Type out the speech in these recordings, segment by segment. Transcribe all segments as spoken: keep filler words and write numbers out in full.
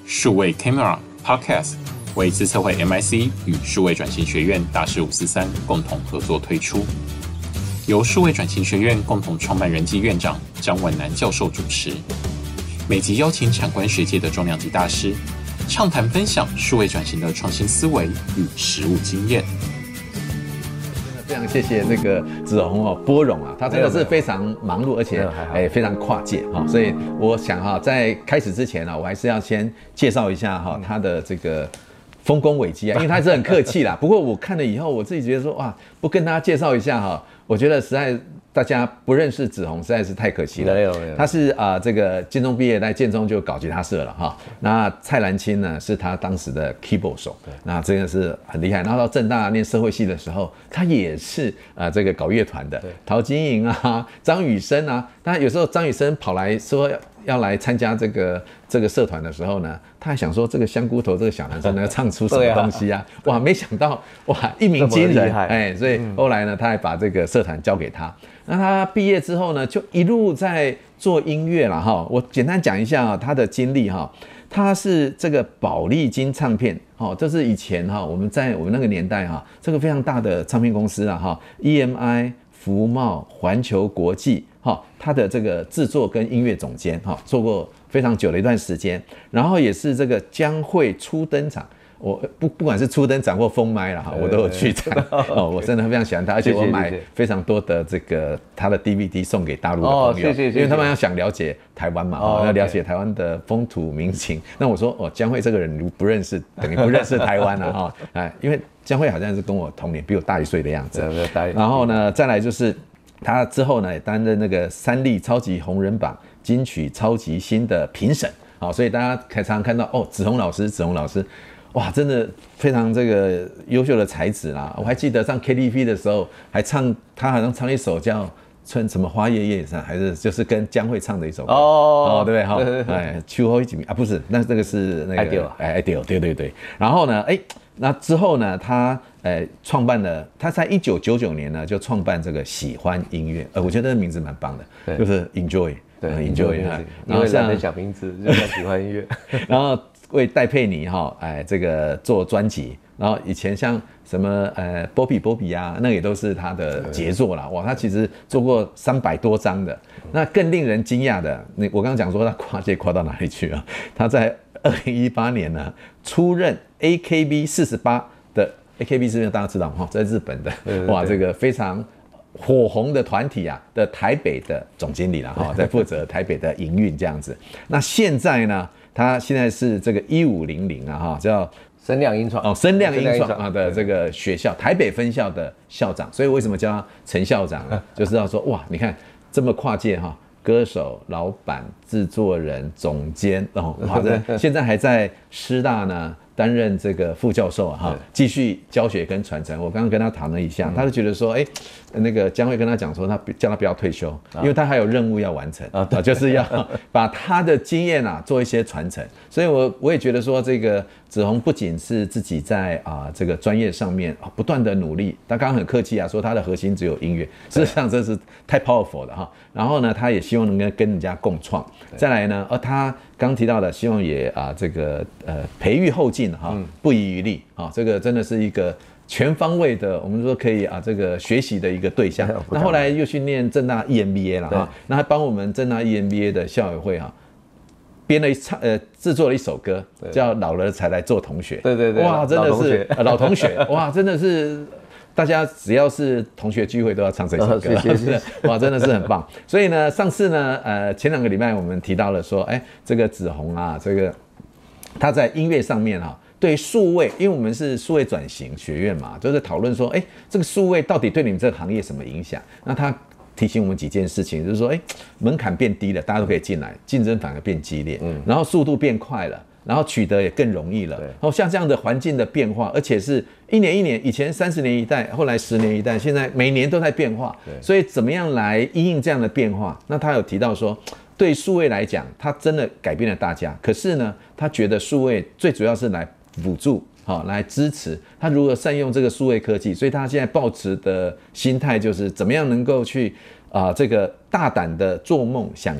数位 Camera Podcast 为资策会 M I C 与数位转型学院大师五四三共同合作推出，由数位转型学院共同创办人暨院长张婉南教授主持，每集邀请产官学界的重量级大师，畅谈分享数位转型的创新思维与实务经验。 非常谢谢那个子鸿哦，波荣啊，他真的是非常忙碌，而且哎非常跨界哈，所以我想哈，在开始之前呢，我还是要先介绍一下哈他的这个丰功伟绩啊，因为他是很客气啦。不过我看了以后，我自己觉得说哇，不跟大家介绍一下哈，我觉得实在大家不认识子鸿实在是太可惜了。 没有没有， 他是啊、呃、这个建中毕业，在建中就搞吉他社了哈。那蔡澜清呢是他当时的 keyboard 手，那真的是很厉害。然后到政大念社会系的时候，他也是啊、呃、这个搞乐团的，陶晶莹啊、张雨生啊。那有时候张雨生跑来说要要来参加这个这个社团的时候呢，他还想说这个香菇头这个小男生能唱出什么东西啊？啊哇，没想到哇一鸣惊人，哎，所以后来呢，他还把这个社团交给他。那他毕业之后呢，就一路在做音乐了哈。我简单讲一下他的经历哈。他是这个宝丽金唱片，哈，这是以前哈我们在我们那个年代哈，这个非常大的唱片公司啊哈 ，E M I、福茂、环球国际，哈，他的这个制作跟音乐总监哈，做过非常久的一段时间，然后也是这个江蕙初登场。我不不管是初登场或封麦啦哈，我都有去参哦，我真的非常喜欢他，而且我买非常多的这个他的 D V D 送给大陆的朋友，因为他们要想了解台湾嘛，哦，要了解台湾的风土民情。那我说哦，江蕙这个人你不认识，等于不认识台湾了哈，哎，因为江蕙好像是跟我同年，比我大一岁的样子。然后呢，再来就是他之后呢，也担任那个三立超级红人榜金曲超级新的评审，好，所以大家常常看到哦，子鸿老师，子鸿老师。哇，真的非常这个优秀的才子啦！我还记得上 K T V 的时候，还唱他好像唱一首叫《春什么花叶叶上》，还是就是跟江蕙唱的一首歌哦，对不对？哈，哎，秋后一景啊，不是，那这个是那个哎 ，ideal， 对对对。然后呢，哎，那之后呢，他呃创办了，他在一九九九年呢就创办这个喜欢音乐，呃，我觉得这个名字蛮棒的，就是 enjoy， 对 enjoy， 然后像小名字就叫喜欢音乐， 然后。为戴佩妮哈，哎，这个做专辑，然后以前像什么呃波比波比啊，那也都是他的杰作啦。哇，他其实做过三百多张的。那更令人惊讶的，那我刚刚讲说他跨界跨到哪里去啊？他在二零一八年呢出任 A K B 四十八的 A K B 是不是大家知道哈，在日本的哇，这个非常火红的团体啊的台北的总经理啦哈，在负责台北的营运这样子。那现在呢？他现在是这个一五零零啊哈，叫声亮音创哦，声亮音创啊的这个学校台北分校的校长，所以为什么叫他陈校长呢？就知道说哇，你看这么跨界哈，歌手、老板、制作人、总监哦，哇，这现在还在师大呢。担任这个副教授哈，继续教学跟传承。我刚刚跟他谈了一下，他就觉得说，哎、欸，那个江蕙跟他讲说，他叫他不要退休，因为他还有任务要完成啊，就是要把他的经验啊做一些传承。所以我我也觉得说，这个子鸿不仅是自己在啊、呃、这个专业上面不断的努力，他刚刚很客气啊，说他的核心只有音乐，事实上这是太 powerful 了哈。然后呢，他也希望能够跟人家共创。再来呢，而他刚提到的，希望也啊这个呃培育后进哈，不遗余力啊，这个真的是一个全方位的，我们说可以啊这个学习的一个对象。那后来又去念政大 E M B A 了哈，那还帮我们政大 E M B A 的校友会哈。编了一唱呃制作了一首歌，叫《老了才来做同学》。 对对对， 哇，真的是老同学，哇，真的是大家只要是同学聚会都要唱这首歌，哦、谢谢哇，真的是很棒。所以呢，上次呢，呃，前两个礼拜我们提到了说，哎，这个子鸿啊，这个他在音乐上面哈、啊。对数位，因为我们是数位转型学院嘛，就是讨论说，哎，这个数位到底对你们这个行业什么影响？那他提醒我们几件事情，就是说，哎，门槛变低了，大家都可以进来，竞争反而变激烈，嗯，然后速度变快了，然后取得也更容易了。然后像这样的环境的变化，而且是一年一年，以前三十年一代，后来十年一代，现在每年都在变化。所以怎么样来因应这样的变化？那他有提到说，对数位来讲，它真的改变了大家。可是呢，他觉得数位最主要是来辅助。好，来支持他如何善用这个数位科技，所以他现在抱持的心态就是怎么样能够去啊、呃、这个大胆的做梦想象，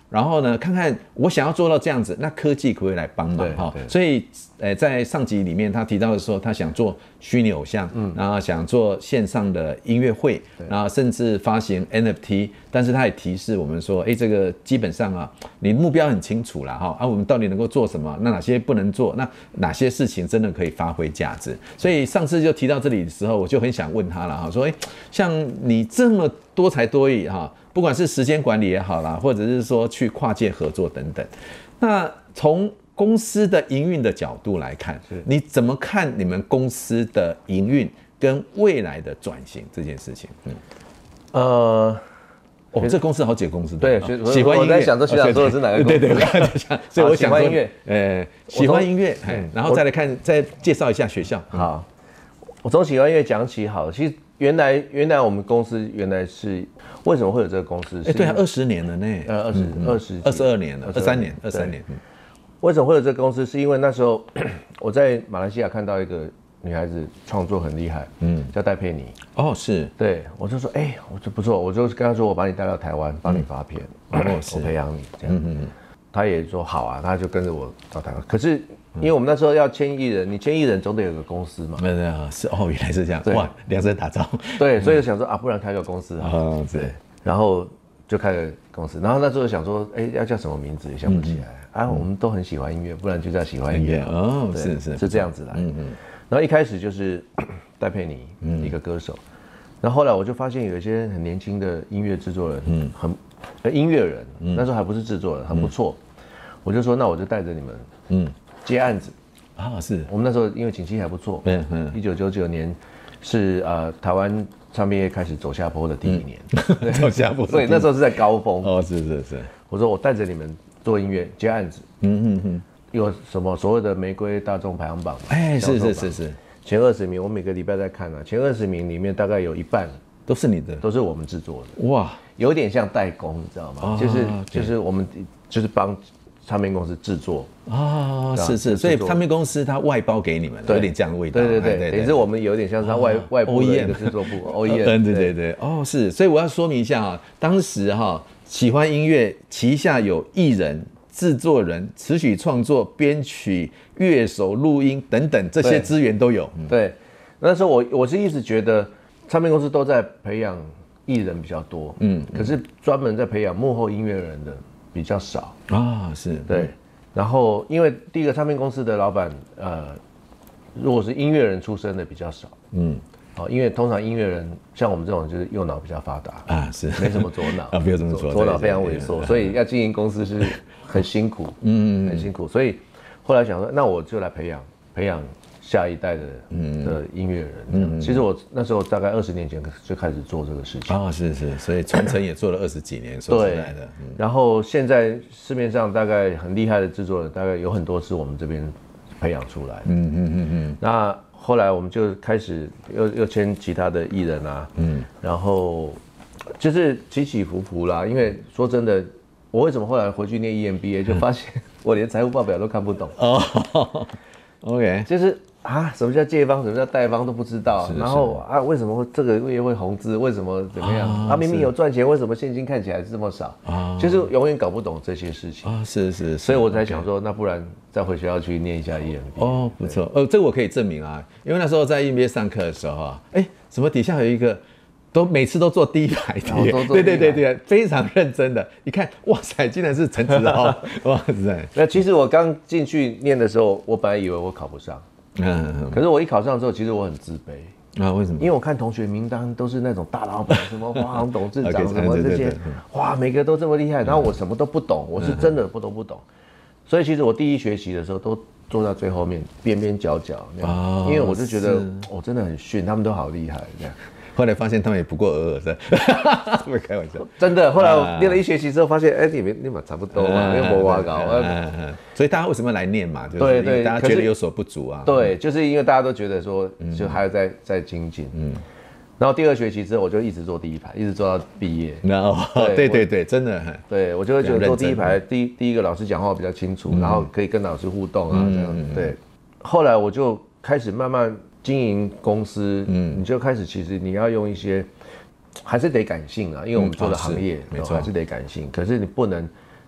然后呢，看看我想要做到这样子，那科技可不可以来帮忙哈？所以，呃，在上集里面他提到的时候，他想做虚拟偶像，嗯，然后想做线上的音乐会，然后甚至发行 N F T， 但是他也提示我们说，哎，这个基本上啊，你目标很清楚啦哈，啊，我们到底能够做什么？那哪些不能做？那哪些事情真的可以发挥价值？所以上次就提到这里的时候，我就很想问他了哈，说，哎，像你这么多才多艺哈。不管是时间管理也好啦，或者是说去跨界合作等等，那从公司的营运的角度来看，你怎么看你们公司的营运跟未来的转型这件事情？嗯，呃，哦，这公司好几个公司， 对， 哦、喜欢音乐， 我在想说学长说的是哪个公司？ 对对对，所以我想说， 喜欢音乐， 呃，喜欢音乐，嗯，然后再来看，再介绍一下学校。 好，我从喜欢音乐讲起好了，其实。原来，原来我们公司原来是为什么会有这个公司？ 哎，对啊，二十年了呢， 呃，二十二十二十二年了，二三年，二三年。 为什么会有这个公司？是因为那时候我在马来西亚看到一个女孩子创作很厉害，嗯，叫戴佩妮。 哦，是， 对，我就说，哎、欸，我说不错，我就跟她说，我把你带到台湾，帮你发片，嗯、我培养你这样。嗯嗯嗯。她也说好啊，她就跟着我到台湾。可是。因为我们那时候要签艺人，你签艺人总得有个公司嘛。 对对啊，是哦，原来是这样。哇，量身打造。 对，所以想说啊，不然开个公司啊。哦，对。然后就开个公司，然后那时候想说，哎，要叫什么名字也想不起来啊。我们都很喜欢音乐，不然就叫喜欢音乐。 哦，是是是这样子来。嗯嗯。然后一开始就是戴佩妮，一个歌手。然后后来我就发现有一些很年轻的音乐制作人，嗯，很呃音乐人，那时候还不是制作人，很不错。我就说，那我就带着你们，嗯。接案子啊，是我们那时候因为景气还不错，嗯嗯，一九九九年是呃台湾唱片业开始走下坡的第一年， 嗯、走下坡， 所以那时候是在高峰。 哦，是是是， 我说我带着你们做音乐接案子，嗯嗯嗯，有什么所谓的玫瑰大众排行榜？ 哎，是是是是， 前二十名，我每个礼拜在看啊，前二十名里面大概有一半都是你的， 都是我们制作的， 哇， 有点像代工，你知道吗？哦、就是就是我们就是帮。唱片公司制作哦，是是，所以唱片公司它外包给你们，有点这样的味道。 对对对，等于是我们有点像是它外外部的一个制作部 O E M。 对对对，哦是，所以我要说明一下啊，当时哈喜欢音乐旗下有艺人、制作人、词曲创作、编曲、乐手、录音等等这些资源都有。 对，那时候我我是一直觉得唱片公司都在培养艺人比较多，嗯，可是专门在培养幕后音乐人的。比较少啊，是对，然后因为第一个唱片公司的老板，呃，如果是音乐人出身的比较少，嗯，哦，因为通常音乐人像我们这种就是右脑比较发达啊，是没什么左脑啊，不要这么说， 左脑非常萎缩，所以要经营公司是很辛苦，嗯，很辛苦，所以后来想说，那我就来培养培养下一代的的音乐人，嗯，其实我那时候大概二十年前就开始做这个事情啊，是是，所以传承也做了二十几年，说实在的， 嗯，然后现在市面上大概很厉害的制作人，大概有很多是我们这边培养出来的，嗯嗯嗯嗯。那后来我们就开始又又签其他的艺人啊，嗯，然后就是起起伏伏啦。因为说真的，我为什么后来回去念 E M B A， 就发现我连财务报表都看不懂哦。OK， 就是啊，什么叫借方，什么叫贷方都不知道。然后啊，为什么会这个月会红字？为什么怎么样？啊，啊明明有赚钱，为什么现金看起来是这么少？啊，就是永远搞不懂这些事情啊。是是是， 所以我才想说， okay. 那不然再回学校去念一下 E M B A。 哦，不错，呃，这个我可以证明啊，因为那时候在 E M B A 上课的时候啊，哎，什么底下有一个。都每次都坐第一排的，对对对对，非常认真的。你看，哇塞，竟然是陈子豪，哇塞！ 那其实我刚进去念的时候，我本来以为我考不上，嗯，可是我一考上之后，其实我很自卑啊。为什么？ 因为我看同学名单都是那种大老板，什么华航董事长，什么这些，哇，每个都这么厉害，然后我什么都不懂，我是真的不都不懂。所以其实我第一学期的时候都坐在最后面，边边角角，因为我就觉得我真的很逊，他们都好厉害这样。 后来发现他们也不过尔尔的，会开玩笑。 真的，后来我练了一学期之后，发现，哎、欸，你们你们差不多嘛，没有魔法搞。 所以大家为什么来念嘛？就是因为大家觉得有所不足啊。 对，就是因为大家都觉得说，就还要再再精进。嗯。然后第二学期之后，我就一直坐第一排，一直坐到毕业。 然后，对对对，真的。 对，我就会觉得坐第一排，第一第一个老师讲话比较清楚，然后可以跟老师互动啊，这样。对。后来我就开始慢慢。经营公司，嗯，你就开始，其实你要用一些，还是得感性啊，因为我们做的行业，没错、嗯，还是得感性。可是你不能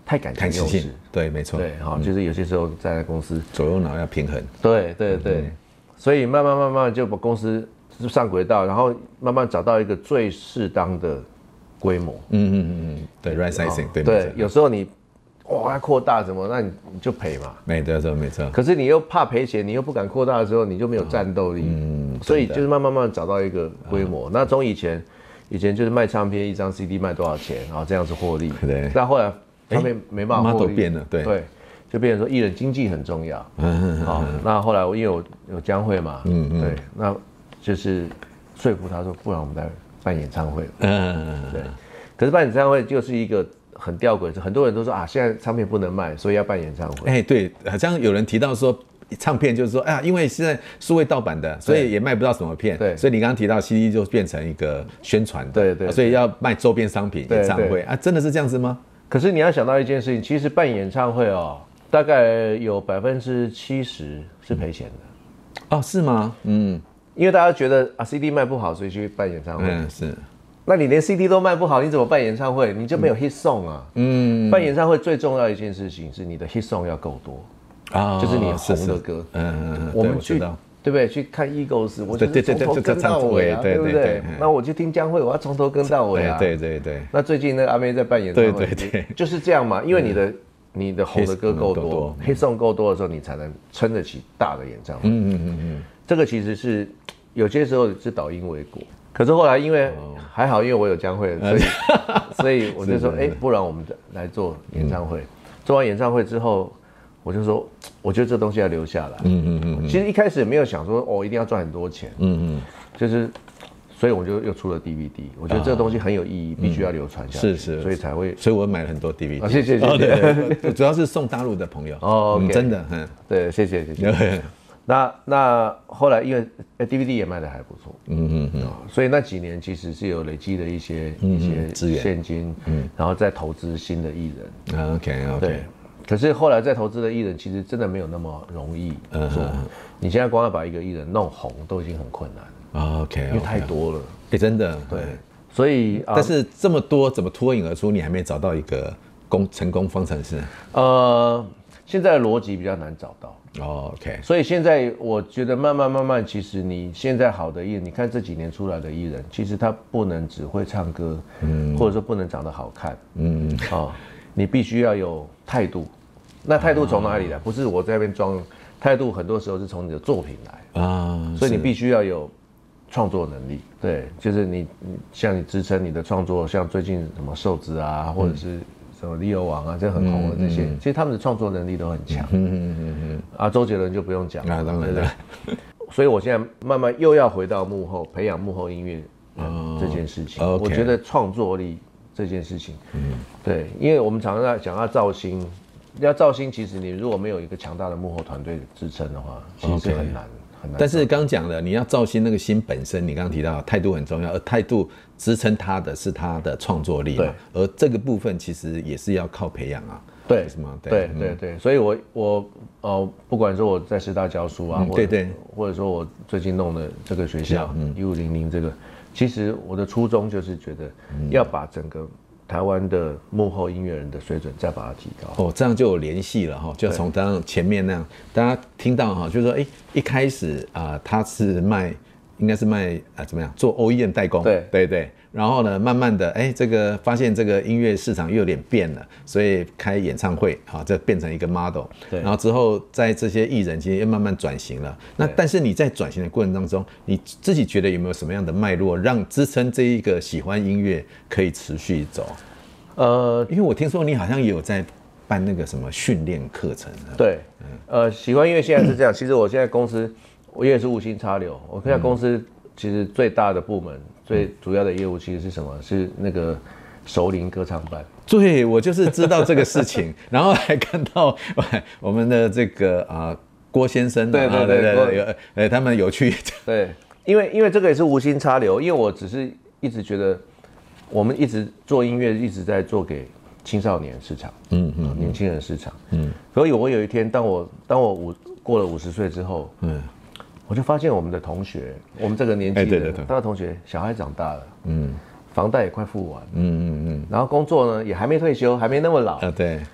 太感情用事， 对，没错， 对，好、嗯，就是有些时候在公司左右脑要平衡， 对对对，嗯、所以慢慢慢慢就把公司上轨道，然后慢慢找到一个最适当的规模， 嗯嗯嗯嗯，对 ，right sizing，、哦、对对，有时候你哇要扩大什么，那你你就赔嘛， 没错没错， 可是你又怕赔钱，你又不敢扩大的时候，你就没有战斗力，嗯，所以就是慢慢慢慢找到一个规模，嗯、那从以前以前就是卖唱片，一张 C D 卖多少钱，然后这样子获利，对，但后来唱片没办法获利 ，model 变了，对对。就变成说艺人经济很重要，嗯好、哦，那后来我因为我有江蕙嘛，嗯嗯，对，那就是说服他说，不然我们来办演唱会，嗯对，可是办演唱会就是一个很吊诡，很多人都说啊，现在唱片不能卖，所以要办演唱会， 哎、欸，对，好像有人提到说。唱片就是说，哎呀，因为现在数位盗版的，所以也卖不到什么片。对，所以你刚刚提到 C D 就变成一个宣传的， 对 对, 對， 所以要卖周边商品、演唱会啊，真的是这样子吗？ 可是你要想到一件事情，其实办演唱会哦，大概有百分之七十是赔钱的。 哦，是吗？嗯， 因为大家觉得啊 C D 卖不好，所以去办演唱会。 嗯，是。 那你连 C D 都卖不好，你怎么办演唱会？你就没有 hit song 啊。嗯，办演唱会最重要的一件事情是你的 hit song 要够多。啊，就是你红的歌，嗯嗯嗯，我们去，对不对？去看 Eagles， 我就是从头跟到尾啊，对不对？那我去听江蕙，我要从头跟到尾啊， 对对对。 那最近那个阿妹在办演唱会， 对对对， 就是这样嘛，因为你的你的红的歌够多，黑song够多的时候，你才能撑得起大的演唱会。嗯嗯嗯嗯，这个其实是有些时候是倒因为果，可是后来因为还好，因为我有江蕙，所以所以我就说，哎，不然我们来做演唱会。做完演唱会之后。我就说，我觉得这东西要留下来。嗯嗯嗯。其实一开始也没有想说，哦，一定要赚很多钱。嗯嗯。就是，所以我就又出了 D V D。我觉得这个东西很有意义，必须要流传下去。是是。所以才会， 所以我买了很多 D V D。 啊，谢谢谢谢。 主要是送大陆的朋友。 哦， 真的，嗯， 对，谢谢谢谢。那那后来因为 D V D 也卖得还不错。嗯嗯嗯。所以那几年其实是有累积的一些一些资源、现金，嗯，然后再投资新的艺人。 OK OK。 可是后来再投资的艺人，其实真的没有那么容易做。嗯、你现在光要把一个艺人弄红，都已经很困难了。 OK，, okay. 因为太多了。 哎、欸，真的。 对，所以， 但是这么多，怎么脱颖而出？你还没找到一个功成功方程式？ 呃，现在的逻辑比较难找到。 哦 OK， 所以现在我觉得慢慢慢慢，其实你现在好的艺人，你看这几年出来的艺人，其实他不能只会唱歌，嗯，或者说不能长得好看，嗯，哦，你必须要有态度。那态度从哪里来？不是我在那边装，态度很多时候是从你的作品来啊，所以你必须要有创作能力。对，就是你，像你支撑你的创作，像最近什么瘦子啊，或者是什么 Leo 王啊，这很红的这些，嗯嗯、其实他们的创作能力都很强。嗯嗯嗯嗯。啊，周杰伦就不用讲了， 啊，当然了。 所以我现在慢慢又要回到幕后，培养幕后音乐人这件事情。哦、我觉得创作力这件事情，嗯，对，因为我们常常在讲要造星。要造星，其实你如果没有一个强大的幕后团队支撑的话，其实是很难、okay. 很难。 但是刚讲的，你要造星那个星本身，你刚刚提到态度很重要，而态度支撑他的是他的创作力嘛，对，而这个部分其实也是要靠培养啊， 对， 是吗？ 对对 对, 对，所以我我呃，不管说我在师大教书啊，嗯、对对，或者说我最近弄的这个学校一五零零这个，其实我的初衷就是觉得要把整个。台湾的幕后音乐人的水准再把它提高哦，这样就有联系了哈，就从刚刚前面那样，大家听到哈，就是说，哎，一开始啊、呃，他是卖，应该是卖啊、呃、怎么样，做 O E M 代工，对对对，然后呢，慢慢的，哎，这个发现这个音乐市场又有点变了，所以开演唱会啊，这变成一个 model， 对，然后之后在这些艺人其实又慢慢转型了。那但是你在转型的过程当中，你自己觉得有没有什么样的脉络，让支撑这一个喜欢音乐可以持续走？呃，因为我听说你好像也有在办那个什么训练课程。 对，嗯、呃，喜欢音乐现在是这样，其实我现在公司我也是无心插柳，我现在公司其实最大的部门。最主要的业务其实是什么？是那个熟龄歌唱班。 对，我就是知道这个事情，然后还看到我们的这个啊、呃、郭先生， 对对对对， 有呃他们有去。 对，因为因为这个也是无心插柳，因为我只是一直觉得，我们一直做音乐，一直在做给青少年市场，嗯嗯，年轻人市场，嗯。所以我有一天，当我当我五过了五十岁之后，嗯。我就发现我们的同学，我们这个年纪的，欸、对对对，大家同学小孩长大了，嗯，房贷也快付完，嗯嗯嗯，然后工作呢也还没退休，还没那么老，啊对，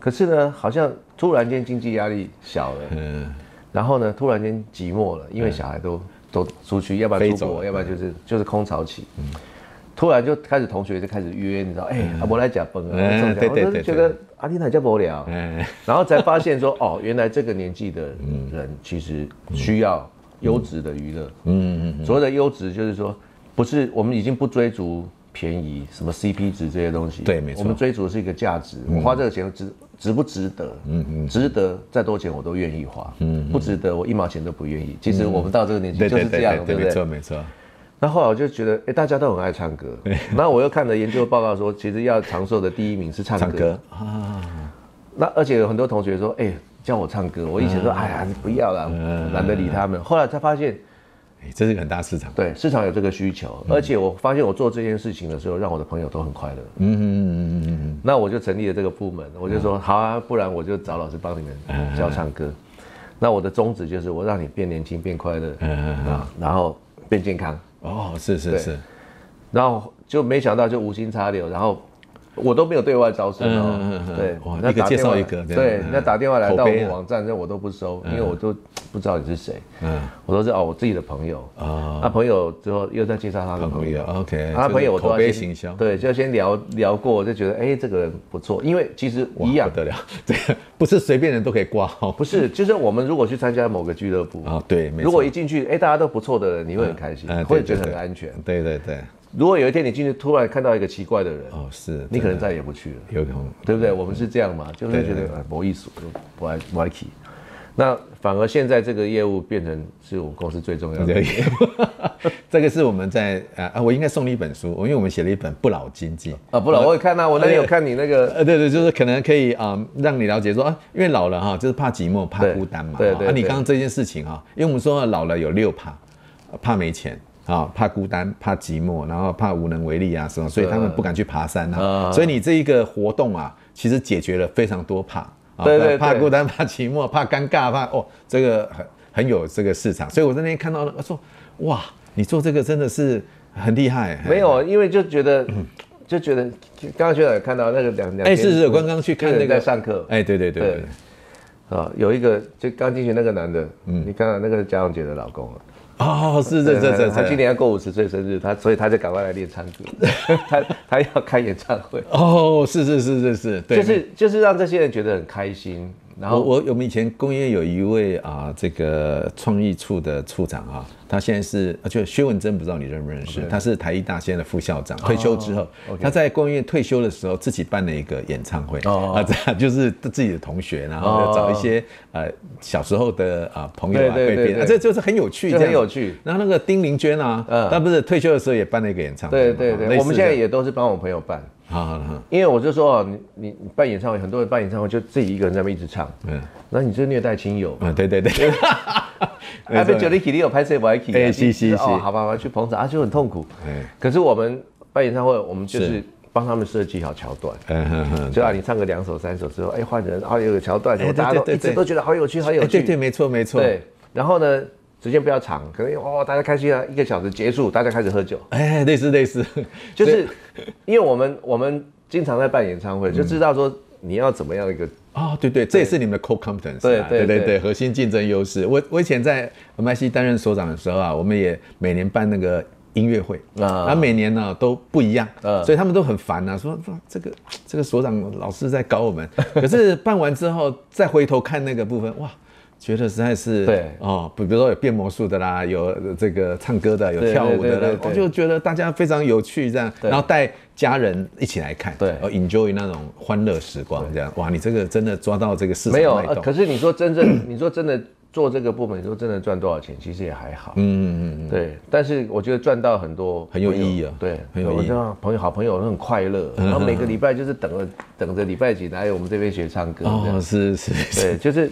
可是呢，好像突然间经济压力小了， 嗯， 然后呢，突然间寂寞了，因为小孩都、嗯、都出去，要不然出国，要不然就是就是空巢期。嗯，突然就开始同学就开始约，你知道，哎、欸，阿伯来假崩啊，嗯、对对对，我就觉得阿丽娜叫无聊，嗯，然后才发现说，哦，原来这个年纪的人其实需要优质的娱乐，嗯嗯，所谓的优质就是说，不是我们已经不追逐便宜什么 C P 值这些东西， 对，没错， 我们追逐的是一个价值，我花这个钱值值不值得？嗯嗯，值得再多钱我都愿意花，嗯，不值得我一毛钱都不愿意。其实我们到这个年纪就是这样，对不对？ 没错没错。 那后来我就觉得，哎、欸，大家都很爱唱歌。那我又看了研究报告说，其实要长寿的第一名是唱歌。唱歌啊。那而且有很多同学说，哎、欸，叫我唱歌。我以前说，哎呀，你不要啦，懒得理他们。后来才发现， 这是个很大市场。对， 市场有这个需求。而且我发现我做这件事情的时候，让我的朋友都很快乐。嗯嗯嗯嗯嗯。那我就成立了这个部门，我就说，好啊，不然我就找老师帮你们教唱歌。那我的宗旨就是，我让你变年轻、变快乐啊，然后变健康。 哦，是是是， 然后就没想到就无心插柳，然后我都没有对外招生哦，嗯嗯嗯对， 哇，一个介绍一个， 对，那打电话来到我们网站，那我都不收，因为我都不知道你是谁，嗯，我都是哦我自己的朋友，啊，那朋友之后又再介绍他的朋友 ，OK， 他朋友我都口碑行销， 对，就先聊聊过，就觉得哎这个人不错，因为其实一样不得了，对，不是随便人都可以挂号， 不是，就是我们如果去参加某个俱乐部啊，对， 如果一进去哎大家都不错的人，你会很开心，会觉得很安全， 对对对。 如果有一天你进去突然看到一个奇怪的人， 哦，是你可能再也不去了， 有可能， 对不对？我们是这样嘛，就是觉得没意思，不爱不爱去。那反而现在这个业务变成是我们公司最重要的业务。 这个是我们在啊，我应该送你一本书，因为我们写了一本《不老经济》 啊，不老我也看到，我那天有看你那个， 呃，对对，就是可能可以啊、呃，让你了解说啊，因为老了哈，就是怕寂寞、怕孤单嘛。 对对。 啊，你刚刚这件事情哈，因为我们说老了有六怕，怕没钱。啊，怕孤单，怕寂寞，然后怕无能为力啊什么，所以他们不敢去爬山啊。所以你这一个活动啊，其实解决了非常多怕。 对对， 怕孤单，怕寂寞，怕尴尬，怕哦，这个很很有这个市场。所以我在那天看到了，我说哇，你做这个真的是很厉害。 没有，因为就觉得，就觉得刚刚学长也看到那个两两， 哎，是是，我刚刚去看那个在上课， 哎，对对对对。 啊，有一个就刚进去那个男的，嗯，你看到那个是嘉荣姐的老公了。 哦，是是是是， 他今年要过五十岁生日，他所以他就赶快来练唱歌，他他要开演唱会。 哦，是是是是是，对， 就是就是让这些人觉得很开心。然后我我我们以前工业有一位啊，这个创意处的处长啊，他现在是就薛文珍，不知道你认不认识？ Okay. 他是台艺大现在的副校长，退休之后， oh, okay. 他在工业退休的时候自己办了一个演唱会，啊，这就是自己的同学，然后找一些呃小时候的啊朋友啊会编，这就是很有趣， 很有趣。 然后那个丁玲娟啊，他不是退休的时候也办了一个演唱会， 对对对，我们现在也都是帮我朋友办。好好好，因为我就说哦，你你办演唱会，很多人办演唱会就自己一个人在那边一直唱，嗯，那你就虐待亲友， 嗯，对对对， 哎，被九里起你有拍摄不爱起， 哎，是是是， 哦，好吧，我去捧场啊，就很痛苦，嗯，可是我们办演唱会，我们就是帮他们设计好桥段，嗯嗯嗯，就让你唱个两首三首之后，哎，换人，然后有个桥段，大家都一直都觉得好有趣，好有趣， 对对，没错没错， 对，然后呢？时间不要长，可能哦，大家开心啊，一个小时结束，大家开始喝酒， 哎，类似类似， 就是因为我们我们经常在办演唱会，就知道说你要怎么样一个哦，对对，这也是你们的 core competence， 对对对对，核心竞争优势。我我以前在 M I C 担任所长的时候啊，我们也每年办那个音乐会啊，然后每年呢都不一样，所以他们都很烦啊，说说这个这个所长老是在搞我们，可是办完之后再回头看那个部分，哇。觉得实在是对哦，比如说有变魔术的啦，有这个唱歌的，有跳舞的啦，我就觉得大家非常有趣这样，然后带家人一起来看， 对， 哦 ，enjoy 那种欢乐时光这样，哇，你这个真的抓到这个市场没有、 脉动。 可是你说真正，你说真的做这个部门，你说真的赚多少钱，其实也还好，嗯嗯嗯，对。但是我觉得赚到很多很有意义啊， 对， 很有意义。 朋友好朋友都很快乐，然后每个礼拜就是等着等着礼拜几来我们这边学唱歌， 哦，是是， 对，就是。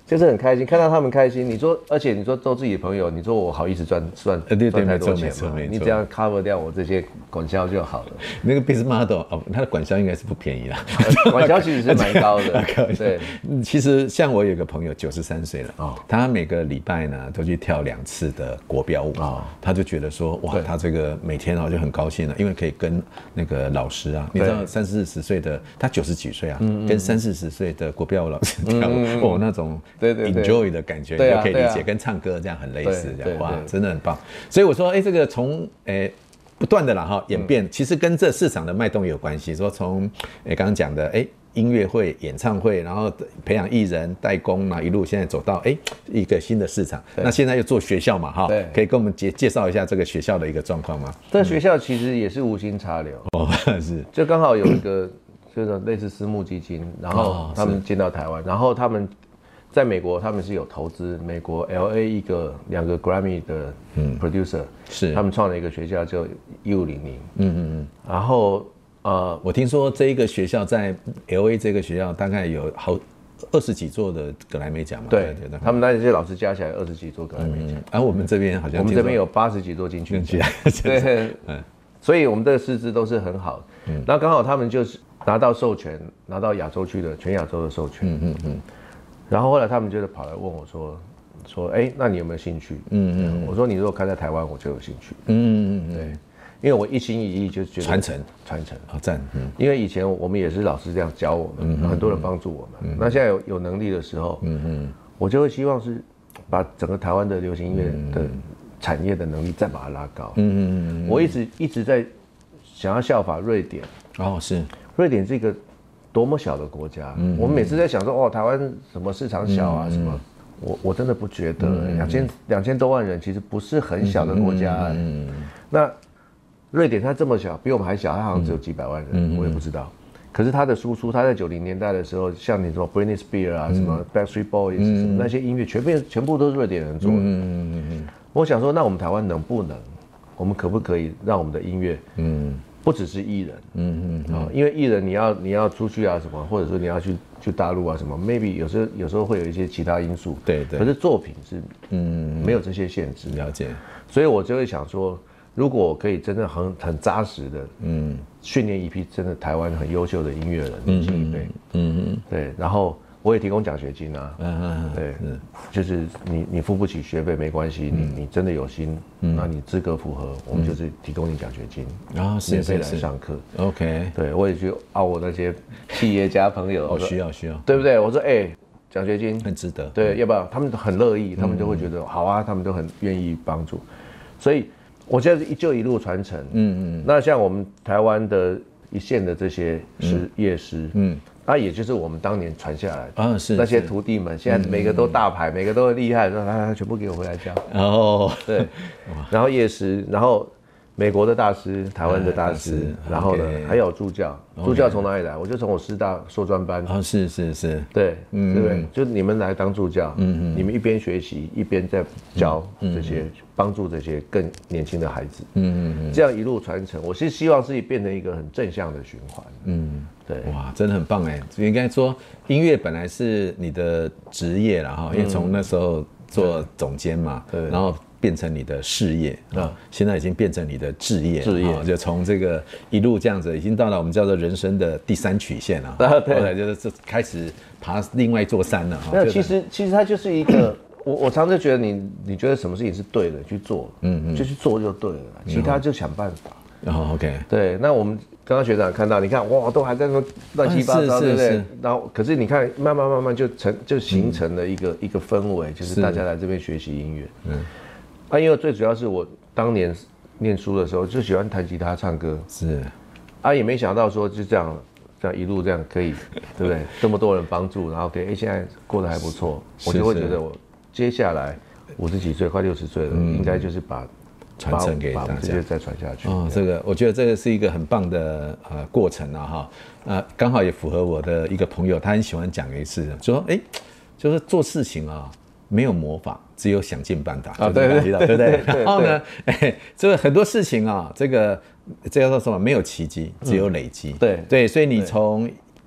就是很开心，看到他们开心。你说，而且你说都自己的朋友，你说我好意思赚赚赚太多钱吗？你只要 cover 掉我这些管销就好了。 那个 business model 哦，它的管销应该是不便宜啦， 管销其实是蛮高的。对， 其实像我有个朋友九十三岁了，哦，他每个礼拜呢都去跳两次的国标舞，哦，他就觉得说哇，他这个每天哦就很高兴了，因为可以跟那个老师啊，你知道三四十岁的他九十几岁啊，嗯嗯跟三四十岁的国标舞老师跳舞，嗯嗯哦那种。对对对 enjoy 的感觉，你就可以理解，跟唱歌这样很类似，这样哇，真的很棒。所以我说，哎，这个从诶不断的啦哈演变，其实跟这市场的脉动有关系。说从诶刚刚讲的，哎，音乐会、演唱会，然后培养艺人、代工啊，一路现在走到哎一个新的市场。那现在又做学校嘛，哈，可以跟我们介介绍一下这个学校的一个状况吗？ 这学校其实也是无心插柳哦，是， 就刚好有一个就是类似私募基金，然后他们进到台湾，然后他们。在美国，他们是有投资美国 L A 一个两个 Grammy 的 producer，、嗯、是他们创了一个学校叫一五零零，嗯嗯嗯，然后呃， 我听说这一个学校在 L A 这个学校大概有好二十几座的格莱美奖嘛， 对，对对他们那些老师加起来二十几座格莱美奖， 而、嗯啊、我们这边好像我们这边有八十几座金曲奖，对，嗯，所以我们这个师资都是很好，嗯，然后刚好他们就是拿到授权，拿到亚洲区的全亚洲的授权，嗯嗯嗯。然后后来他们就跑来问我说：“说哎，那你有没有兴趣？”嗯嗯，我说你如果开在台湾，我就有兴趣。嗯嗯嗯，对，因为我一心一意就觉得传承传承好赞。嗯， 因为以前我们也是老师这样教我们，很多人帮助我们。那现在有有能力的时候，嗯嗯，我就会希望是把整个台湾的流行音乐的产业的能力再把它拉高。嗯嗯嗯，我一直一直在想要效法瑞典。 哦，是瑞典这个。多么小的国家，嗯、我们每次在想说，哦，台湾什么市场小啊，嗯、什么，我我真的不觉得，两千两千多万人其实不是很小的国家。嗯嗯、那瑞典它这么小，比我们还小，它好像只有几百万人，嗯、我也不知道。可是它的输出，它在九零年代的时候，像你什么 Britney Spears 啊，嗯、什么 Backstreet Boys，、嗯、什么那些音乐，全部全部都是瑞典人做的。嗯嗯嗯、我想说，那我们台湾能不能，我们可不可以让我们的音乐，嗯不只是艺人，嗯嗯啊、哦，因为艺人你要你要出去啊什么，或者说你要去去大陆啊什么 ，maybe 有时候有时候会有一些其他因素， 对对。 可是作品是嗯没有这些限制， 了解。 所以我就会想说，如果我可以真的很很扎实的，嗯，训练一批真的台湾很优秀的音乐人，年轻一辈，嗯嗯，对，然后。我也提供奖学金啊，嗯嗯，对，嗯，就是你你付不起学费没关系，你你真的有心，那你资格符合，我们就是提供你奖学金，然后免费来上课 ，OK， 对我也去凹我那些企业家朋友， 哦需要需要， 对不对？我说哎，奖学金很值得， 对，要不要？他们很乐意，他们就会觉得好啊，他们都很愿意帮助，所以我现在就一路传承，嗯嗯，那像我们台湾的一线的这些师业师，嗯。那、啊、也就是我们当年传下来的啊，是那些徒弟们，现在每个都大牌，嗯、每个都很厉害，说来来，全部给我回来教。哦，对，然后夜师，然后美国的大师，台湾的大师，嗯、然后呢， okay, 还有助教，助教从哪里来？我就从我师大硕专班。 哦，是是是， 对，嗯、对不对？就你们来当助教，嗯嗯，你们一边学习一边在教这些，嗯、帮助这些更年轻的孩子，嗯嗯，这样一路传承，我是希望自己变成一个很正向的循环，嗯。对， 哇，真的很棒哎！应该说，音乐本来是你的职业啦哈，因为从那时候做总监嘛，对，然后变成你的事业啊，现在已经变成你的志业，志业就从这个一路这样子，已经到了我们叫做人生的第三曲线了，对，后来就是开始爬另外一座山了哈。 没有，其实其实它就是一个，我我常常觉得你你觉得什么事情是对的去做，嗯嗯，就去做就对了，其他就想办法。 哦 ，OK， 对，那我们。刚刚学长看到，你看哇，都还在那乱七八糟，对不对？然后，可是你看，慢慢慢慢就成就形成了一个、嗯、一个氛围，就是大家来这边学习音乐。嗯，啊，因为最主要是我当年念书的时候就喜欢弹吉他、唱歌， 是， 啊，也没想到说就这样这样一路这样可以，对不对？这么多人帮助，然后给哎现在过得还不错，我就会觉得我接下来五十几岁，快六十岁了，嗯、应该就是把。 传承给大家， 直接再传下去。 哦，这个我觉得这个是一个很棒的呃过程啊哈，呃刚好也符合我的一个朋友，他很喜欢讲一次，就说哎，就是做事情啊没有魔法，只有想尽办法啊，对对对对对。然后呢，哎，这个很多事情啊，这个这叫做什么？没有奇迹，只有累积。对对，所以你从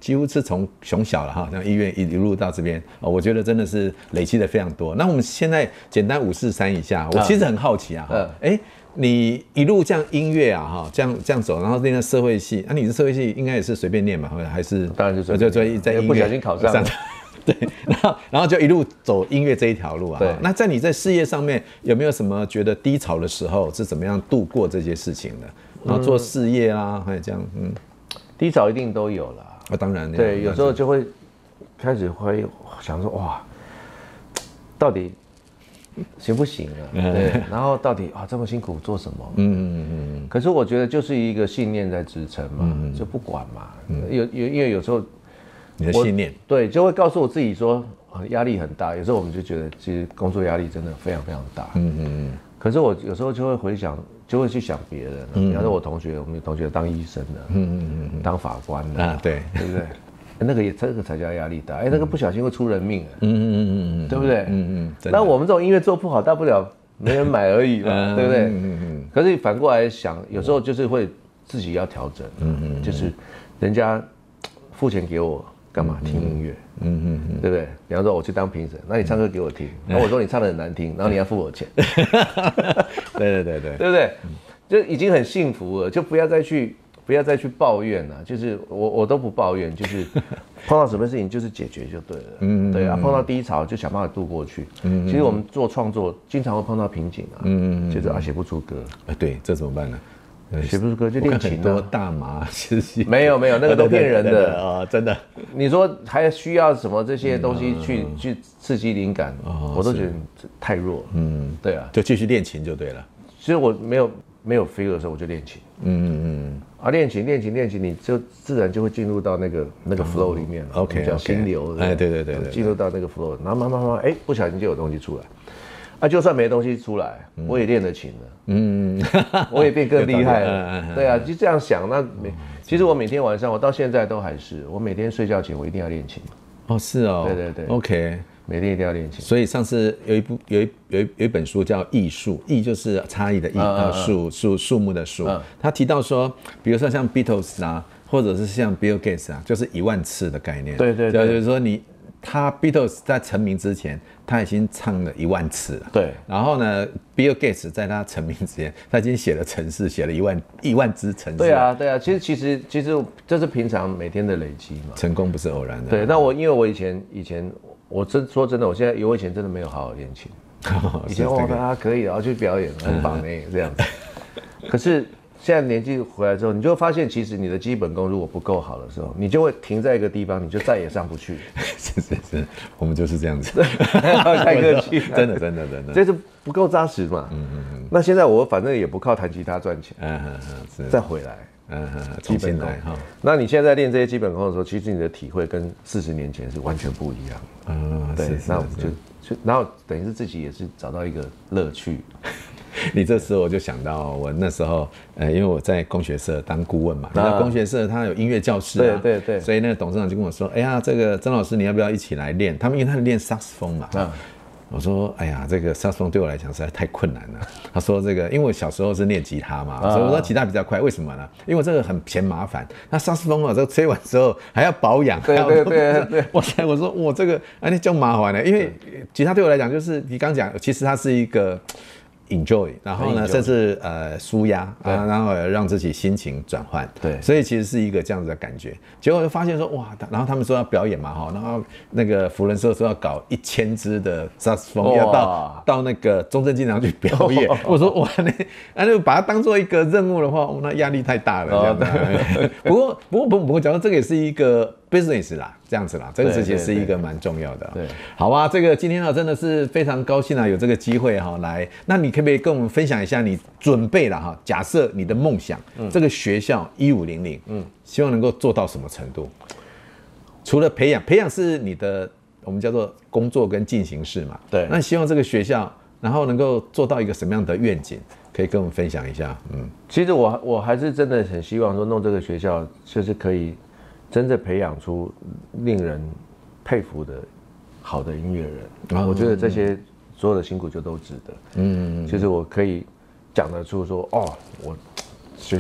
几乎是从从小了哈，像医院一一路到这边，哦，我觉得真的是累积的非常多。那我们现在简单五四三一下，我其实很好奇啊，哈、嗯，哎、欸。你一路这样音乐啊，哈，这样这样走，然后念社会系，啊，你的社会系应该也是随便念嘛，还是？ 当然就随便，就在音乐不小心考上了。 对，然后然后就一路走音乐这一条路啊。对。那在你在事业上面有没有什么觉得低潮的时候是怎么样度过这些事情的？然后做事业啦，还有这样，嗯， 低潮一定都有啦。 啊，当然。 对，有时候就会开始会想说，哇，到底。行不行啊？对，然后到底啊这么辛苦做什么？嗯嗯嗯。可是我觉得就是一个信念在支撑嘛，嗯、就不管嘛。嗯、有有因为有时候你的信念对就会告诉我自己说压力很大，有时候我们就觉得其实工作压力真的非常非常大。嗯嗯嗯。可是我有时候就会回想，就会去想别人、啊，比方说我同学，我们有同学当医生的，嗯嗯嗯，当法官的啊， 对对不对？那个也这个才叫压力大，哎、欸，那个不小心会出人命，嗯嗯嗯嗯，对不对？嗯嗯，那我们这种音乐做不好，大不了没人买而已嘛，对不对？嗯嗯。可是反过来想，有时候就是会自己要调整，嗯嗯，就是人家付钱给我干嘛听音乐，嗯嗯嗯，对不对？比方说我去当评审，那你唱歌给我听，然后我说你唱得很难听，然后你要付我钱， 对对对对， 对不对？就已经很幸福了，就不要再去。不要再去抱怨了，就是我我都不抱怨，就是碰到什么事情就是解决就对了，嗯，对啊，碰到低潮就想办法度过去。嗯，其实我们做创作经常会碰到瓶颈啊，嗯嗯，就是啊写不出歌， 哎对，这怎么办呢？ 写不出歌就练琴啊。 很多大麻其实没有没有那个都骗人的啊，真的。 你说还需要什么这些东西去去刺激灵感，我都觉得太弱了。嗯，对啊， 就继续练琴就对了。 其实我没有。没有 feel 的时候我就练琴，嗯嗯嗯，啊练琴练琴练琴，你就自然就会进入到那个那个 flow 里面了 ，OK， 叫心流， 哎对对对对， 进入到那个 flow， 然后慢慢慢慢，哎不小心就有东西出来，啊就算没东西出来，我也练得琴了，嗯，我也变更厉害了，对啊，就这样想，那每其实我每天晚上我到现在都还是，我每天睡觉前我一定要练琴， 哦是哦， 对对对 ，OK。 每天一定要练琴， 所以上次有一部有一有一有一本书叫《艺术》，艺就是差异的艺，呃树树树木的树。他提到说，比如说像 Beatles 啊，或者是像 Bill Gates 啊，就是一万次的概念。 对对对， 就是说你他 Beatles 在成名之前，他已经唱了一万次了。 对。 然后呢 ，Bill Gates 在他成名之前，他已经写了程式，写了一万一万支程式。 对啊，对啊，其实其实其实这是平常每天的累积嘛。 成功不是偶然的。 对，那我因为我以前以前。我真说真的，我现在我以前真的没有好好练琴。以前我啊可以，然后去表演，很棒哎这样子。可是现在年纪回来之后，你就会发现，其实你的基本功如果不够好的时候，你就会停在一个地方，你就再也上不去。 是是是，我们就是这样子。 太客气， 真的真的真的， 这是不够扎实嘛。嗯嗯嗯。那现在我反正也不靠弹吉他赚钱，嗯嗯嗯，再回来。嗯嗯，基本功哈。那你现在练这些基本功的时候，其实你的体会跟四十年前是完全不一样。嗯，对，那我们就就然后等于是自己也是找到一个乐趣。 你这时候我就想到我那时候，呃，因为我在工学社当顾问嘛，那工学社它有音乐教室啊， 对对对， 所以那个董事长就跟我说，哎呀，这个曾老师你要不要一起来练？他们因为他练萨克斯风嘛。我说，哎呀，这个萨克斯风对我来讲实在太困难了。他说这个，因为我小时候是练吉他嘛，所以我说吉他比较快，为什么呢？因为这个很嫌麻烦。那萨克斯风啊，这个吹完之后还要保养， 对对对对。 哇塞，我说哇，这个啊，那叫麻烦呢，因为吉他对我来讲就是你刚讲，其实它是一个。enjoy， 然后呢，甚至呃舒压啊，然后让自己心情转换， 对， 所以其实是一个这样子的感觉。结果就发现说哇，然后他们说要表演嘛哈，然后那个福伦社说要搞一千支的萨克斯风，要到到那个中正纪念堂去表演。我说哇，那那就把它当做一个任务的话，哦、那压力太大了这样子。不过不过不不过，假如这个也是一个 business 啦，这样子啦，这个事情是一个蛮重要的。 对， 好啊，这个今天啊真的是非常高兴啊，有这个机会哈来。那你可不可以跟我们分享一下你准备了哈？假设你的梦想，嗯、这个学校一五零零，嗯，希望能够做到什么程度？除了培养，培养是你的我们叫做工作跟进行式嘛。 对。 那希望这个学校，然后能够做到一个什么样的愿景？可以跟我们分享一下。嗯， 其实我我还是真的很希望说弄这个学校，就是可以真正培养出令人佩服的好的音乐人。嗯、我觉得这些所有的辛苦就都值得。嗯，其实我可以讲得出说，哦，我学校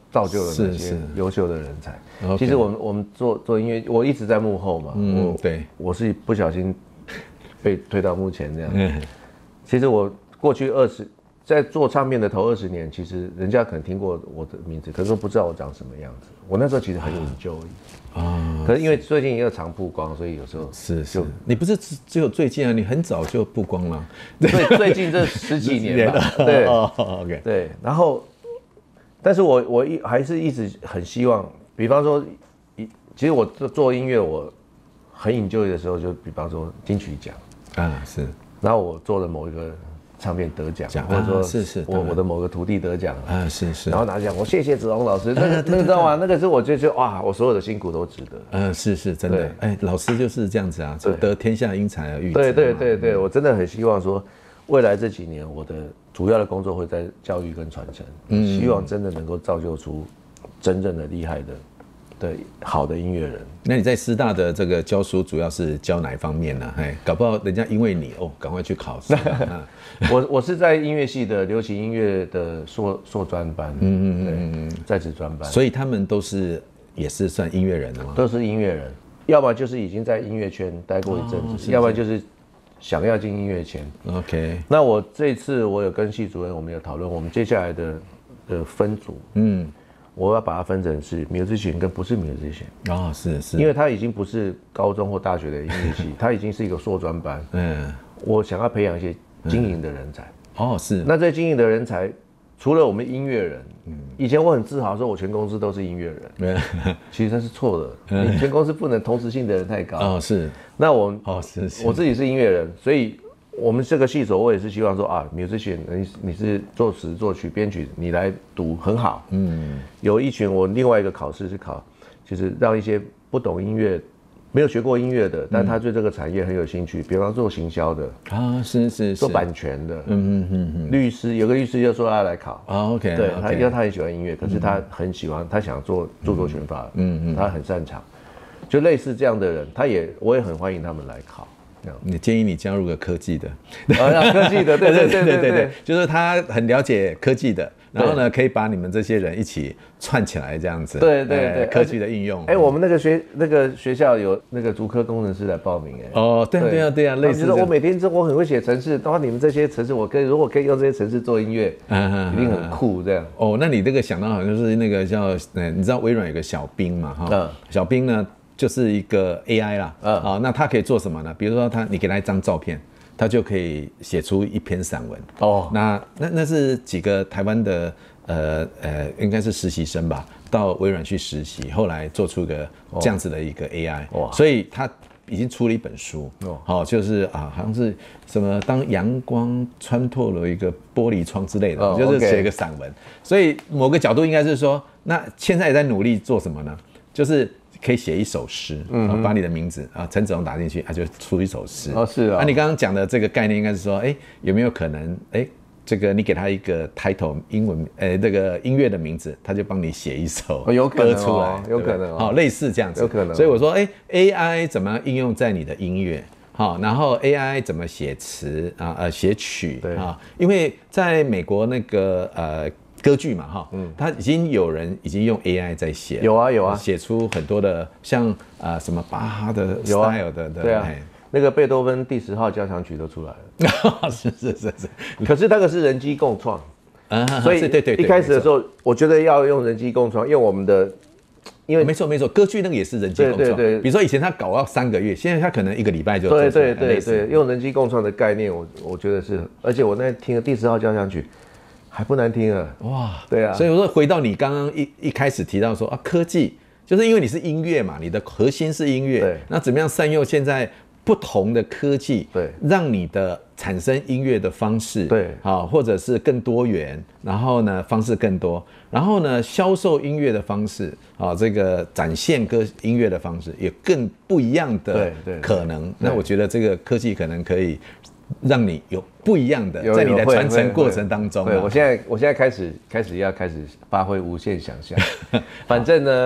造就了那些优秀的人才。 Okay. 其实我们我们做做音乐，我一直在幕后嘛， 嗯、 我对， 我是不小心被推到幕前这样。嗯、其实我过去二十在做唱片的头二十年，其实人家可能听过我的名字，可是都不知道我长什么样子。我那时候其实很 enjoy 啊，可是因为最近又常曝光，所以有时候是是，你不是只只有最近啊，你很早就曝光了。 最最近这十几年吧，对、 哦、，OK， 对，然后，但是我我一还是一直很希望，比方说，其实我做做音乐我很 enjoy 的时候，就比方说金曲奖啊是， 然后我做了某一个唱片得奖，或者说是是我我的某个徒弟得奖啊，是是， 然后拿奖，我谢谢子龙老师，那个那个知道吗？那个是我就觉得哇，我所有的辛苦都值得。 嗯，是是真的，哎，老师就是这样子啊，得天下英才而育之。 对对对对，我真的很希望说，未来这几年我的主要的工作会在教育跟传承，嗯，希望真的能够造就出真正的厉害的。对，好的音乐人。 那你在师大的这个教书，主要是教哪一方面呢？哎，搞不好人家因为你哦，赶快去考试。 我我是在音乐系的流行音乐的硕硕专班，嗯嗯嗯嗯，在职专班。 所以他们都是也是算音乐人的吗？ 都是音乐人，要么就是已经在音乐圈待过一阵子，哦、是是要不然就是想要进音乐圈。 OK， 那我这次我有跟系主任，我们有讨论我们接下来的的分组，嗯。我要把它分成是 musician 跟不是 musician 哦，是是， 因为它已经不是高中或大学的音乐系，它已经是一个硕专班。嗯，我想要培养一些经营的人才。 哦，是。 那这经营的人才，除了我们音乐人，嗯，以前我很自豪说我全公司都是音乐人，其实那是错的。你全公司不能同时性的人太高。 哦，是。 那我哦是是， 我自己是音乐人，所以。我们这个系所，我也是希望说啊 ，musician， 你你是作词、作曲、编曲，你来读很好。嗯，有一群我另外一个考试是考，就是让一些不懂音乐、没有学过音乐的，但他对这个产业很有兴趣，比方做行销的啊，是是是， 做版权的，嗯嗯嗯嗯，律师有个律师就说他来考啊 ，OK， 对他，因为他很喜欢音乐，可是他很喜欢，他想做著作权法，嗯嗯，他很擅长，就类似这样的人，他也我也很欢迎他们来考。 你建议你加入个科技的， 啊，科技的，对对对对对对， 就是他很了解科技的，然后呢，可以把你们这些人一起串起来，这样子， 对对对， 科技的应用。 哎，我们那个学那个学校有那个竹科工程师来报名，哎， 哦，对啊对啊对啊，类似。 我每天我很会写程式，然后你们这些程式，我可以如果可以用这些程式做音乐，一定很酷这样。 哦，那你这个想到好像是那个叫，你知道微软有个小兵嘛，哈，小兵呢。就是一个 A I 啦，嗯，啊，那它可以做什么呢？比如说它，你给它一张照片，它就可以写出一篇散文。哦，那那那是几个台湾的呃呃，应该是实习生吧，到微软去实习，后来做出个这样子的一个 A I，哦，所以他已经出了一本书，哦，好，就是啊，好像是什么当阳光穿透了一个玻璃窗之类的，哦，就是写一个散文。所以某个角度应该是说，那现在也在努力做什么呢？就是可以写一首诗，嗯，把你的名字啊陈子龙打进去，他就出一首诗。 哦，是啊。 啊，你刚刚讲的这个概念应该是说，哎，有没有可能，哎，这个你给他一个 title 英文，呃，这个音乐的名字，他就帮你写一首歌出来， 有可能， 好，类似这样子， 有可能。 所以我说，哎 ，A I 怎么应用在你的音乐？好，然后 A I 怎么写词啊？呃，写曲啊？因为在美国那个呃。歌剧嘛，哈，嗯，他已经有人已经用 A I 在写， 有啊有啊， 写出很多的像啊、呃、什么巴哈的 style 的， 对啊，那个贝多芬第十号交响曲都出来了，是是是是， 可是那个是人机共创，啊，所以对对对， 一开始的时候，我觉得要用人机共创，用我们的， 因为没错没错，歌剧那个也是人机共创，对对对，比如说以前他搞要三个月，现在他可能一个礼拜就做出来， 对对对对，用人机共创的概念，我我觉得是，而且我那天听了第十号交响曲。还不难听啊！哇，对啊， 所以我说回到你刚刚一一开始提到说啊，科技就是因为你是音乐嘛，你的核心是音乐， 对， 那怎么样善用现在不同的科技， 对， 让你的产生音乐的方式， 对， 好，或者是更多元，然后呢方式更多，然后呢销售音乐的方式，啊，这个展现歌音乐的方式也更不一样的可能。那我觉得这个科技可能可以。让你有不一样的，在你的传承过程当中、啊。 对，我现在我现在开始开始要开始发挥无限想象。反正呢，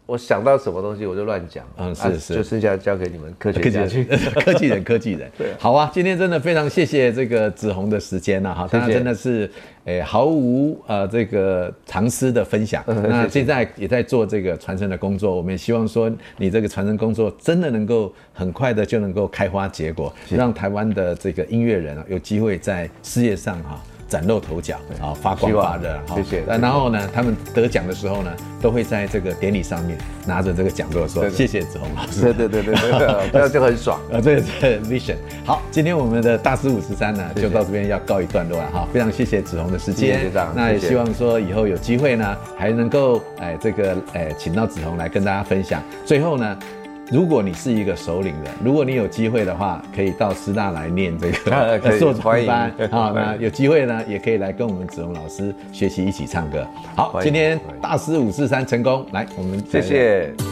我想到什么东西我就乱讲， 嗯，是是， 啊、就剩下交给你们科学家去。 科技人，科技人。 对， 好啊，今天真的非常谢谢这个子鸿的时间了哈，他真的是诶、欸、毫无呃这个藏私的分享。嗯、那现在也在做这个传承的工作，我们也希望说你这个传承工作真的能够很快的就能够开花结果，让台湾的这个音乐人啊有机会在事业上哈。崭露头角啊，发光发热， 谢谢。 然后呢，他们得奖的时候呢，都会在这个典礼上面拿着这个奖座说：“谢谢子鸿老师。” 对对对对对，这样就很爽啊！这个是 mission。好，今天我们的大师五十三呢，就到这边要告一段落了哈。非常谢谢子鸿的时间，那也希望说以后有机会呢，还能够哎这个哎请到子鸿来跟大家分享。最后呢。如果你是一个首领人，如果你有机会的话，可以到师大来念这个硕专班啊。那有机会呢，也可以来跟我们子鸿老师学习，一起唱歌。好，今天大师五四三成功，来我们谢谢。